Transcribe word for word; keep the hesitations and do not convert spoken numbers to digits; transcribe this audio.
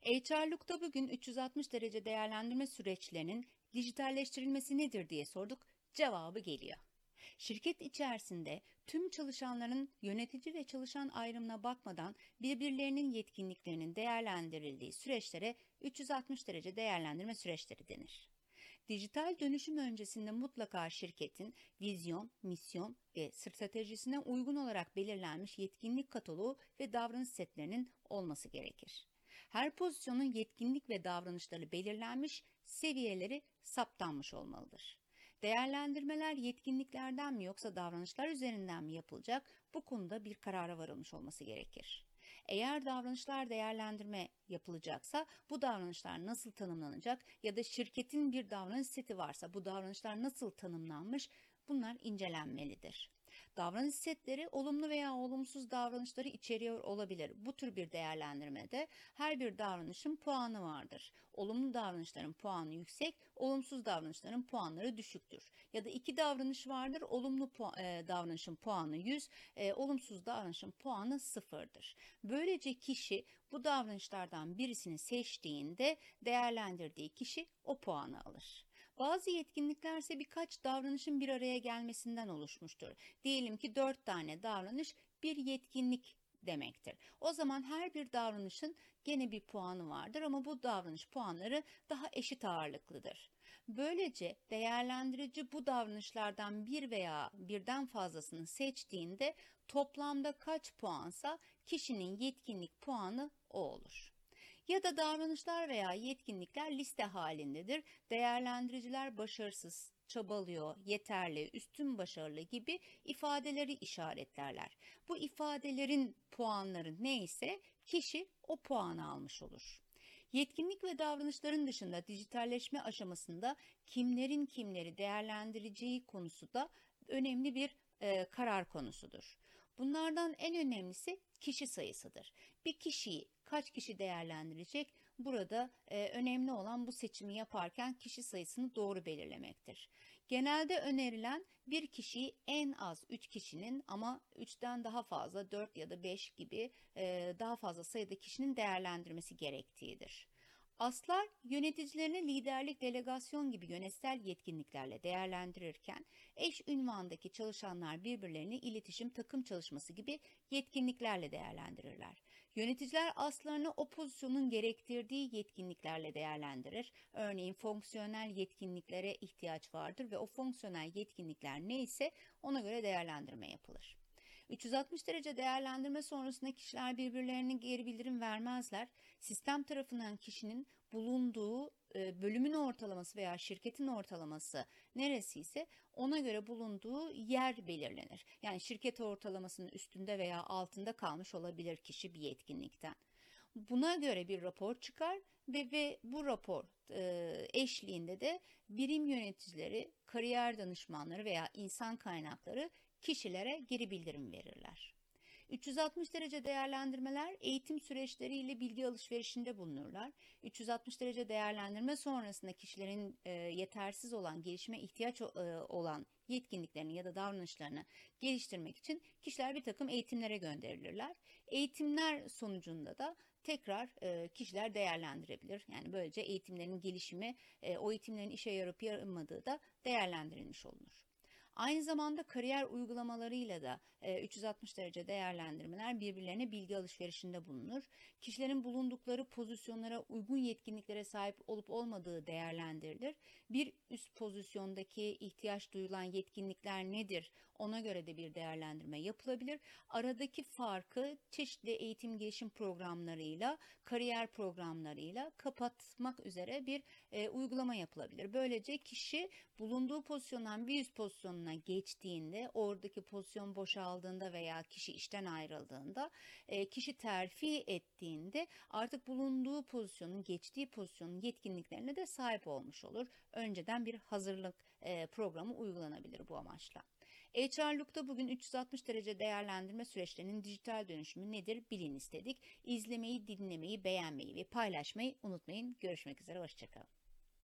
H R'lukta bugün üç yüz altmış derece değerlendirme süreçlerinin dijitalleştirilmesi nedir diye sorduk. Cevabı geliyor. Şirket içerisinde tüm çalışanların yönetici ve çalışan ayrımına bakmadan birbirlerinin yetkinliklerinin değerlendirildiği süreçlere üç yüz altmış derece değerlendirme süreçleri denir. Dijital dönüşüm öncesinde mutlaka şirketin vizyon, misyon ve stratejisine uygun olarak belirlenmiş yetkinlik kataloğu ve davranış setlerinin olması gerekir. Her pozisyonun yetkinlik ve davranışları belirlenmiş, seviyeleri saptanmış olmalıdır. Değerlendirmeler yetkinliklerden mi yoksa davranışlar üzerinden mi yapılacak, bu konuda bir karara varılmış olması gerekir. Eğer davranışlar değerlendirme yapılacaksa bu davranışlar nasıl tanımlanacak ya da şirketin bir davranış seti varsa bu davranışlar nasıl tanımlanmış, bunlar incelenmelidir. Davranış setleri olumlu veya olumsuz davranışları içeriyor olabilir. Bu tür bir değerlendirmede her bir davranışın puanı vardır. Olumlu davranışların puanı yüksek, olumsuz davranışların puanları düşüktür. Ya da iki davranış vardır, olumlu pu- e, davranışın puanı yüz, e, olumsuz davranışın puanı sıfırdır. Böylece kişi bu davranışlardan birisini seçtiğinde değerlendirdiği kişi o puanı alır. Bazı yetkinlikler ise birkaç davranışın bir araya gelmesinden oluşmuştur. Diyelim ki dört tane davranış bir yetkinlik demektir. O zaman her bir davranışın gene bir puanı vardır ama bu davranış puanları daha eşit ağırlıklıdır. Böylece değerlendirici bu davranışlardan bir veya birden fazlasını seçtiğinde toplamda kaç puansa kişinin yetkinlik puanı o olur. Ya da davranışlar veya yetkinlikler liste halindedir. Değerlendiriciler başarısız, çabalıyor, yeterli, üstün başarılı gibi ifadeleri işaretlerler. Bu ifadelerin puanları neyse kişi o puanı almış olur. Yetkinlik ve davranışların dışında dijitalleşme aşamasında kimlerin kimleri değerlendireceği konusu da önemli bir e, karar konusudur. Bunlardan en önemlisi kişi sayısıdır. Bir kişiyi kaç kişi değerlendirecek? Burada e, önemli olan bu seçimi yaparken kişi sayısını doğru belirlemektir. Genelde önerilen bir kişiyi en az üç kişinin ama üçten daha fazla dört ya da beş gibi e, daha fazla sayıda kişinin değerlendirmesi gerektiğidir. Aslar yöneticilerini liderlik, delegasyon gibi yönetsel yetkinliklerle değerlendirirken eş ünvandaki çalışanlar birbirlerini iletişim, takım çalışması gibi yetkinliklerle değerlendirirler. Yöneticiler aslarını o pozisyonun gerektirdiği yetkinliklerle değerlendirir. Örneğin fonksiyonel yetkinliklere ihtiyaç vardır ve o fonksiyonel yetkinlikler neyse ona göre değerlendirme yapılır. üç yüz altmış derece değerlendirme sonrasında kişiler birbirlerine geri bildirim vermezler. Sistem tarafından kişinin bulunduğu e, bölümün ortalaması veya şirketin ortalaması neresiyse ona göre bulunduğu yer belirlenir. Yani şirket ortalamasının üstünde veya altında kalmış olabilir kişi bir yetkinlikten. Buna göre bir rapor çıkar ve, ve bu rapor e, eşliğinde de birim yöneticileri, kariyer danışmanları veya insan kaynakları kişilere geri bildirim verirler. üç yüz altmış derece değerlendirmeler eğitim süreçleriyle bilgi alışverişinde bulunurlar. üç yüz altmış derece değerlendirme sonrasında kişilerin e, yetersiz olan, gelişime ihtiyaç e, olan yetkinliklerini ya da davranışlarını geliştirmek için kişiler bir takım eğitimlere gönderilirler. Eğitimler sonucunda da tekrar e, kişiler değerlendirebilir. Yani böylece eğitimlerin gelişimi, e, o eğitimlerin işe yarayıp yaramadığı da değerlendirilmiş olunur. Aynı zamanda kariyer uygulamalarıyla da e, üç yüz altmış derece değerlendirmeler birbirlerine bilgi alışverişinde bulunur. Kişilerin bulundukları pozisyonlara uygun yetkinliklere sahip olup olmadığı değerlendirilir. Bir üst pozisyondaki ihtiyaç duyulan yetkinlikler nedir? Ona göre de bir değerlendirme yapılabilir. Aradaki farkı çeşitli eğitim gelişim programlarıyla, kariyer programlarıyla kapatmak üzere bir e, uygulama yapılabilir. Böylece kişi bulunduğu pozisyondan bir üst pozisyonuna geçtiğinde, oradaki pozisyon boşaldığında veya kişi işten ayrıldığında, e, kişi terfi ettiğinde artık bulunduğu pozisyonun, geçtiği pozisyonun yetkinliklerine de sahip olmuş olur. Önceden bir hazırlık e, programı uygulanabilir bu amaçla. H R'lukta bugün üç yüz altmış derece değerlendirme süreçlerinin dijital dönüşümü nedir bilin istedik. İzlemeyi, dinlemeyi, beğenmeyi ve paylaşmayı unutmayın. Görüşmek üzere, hoşçakalın.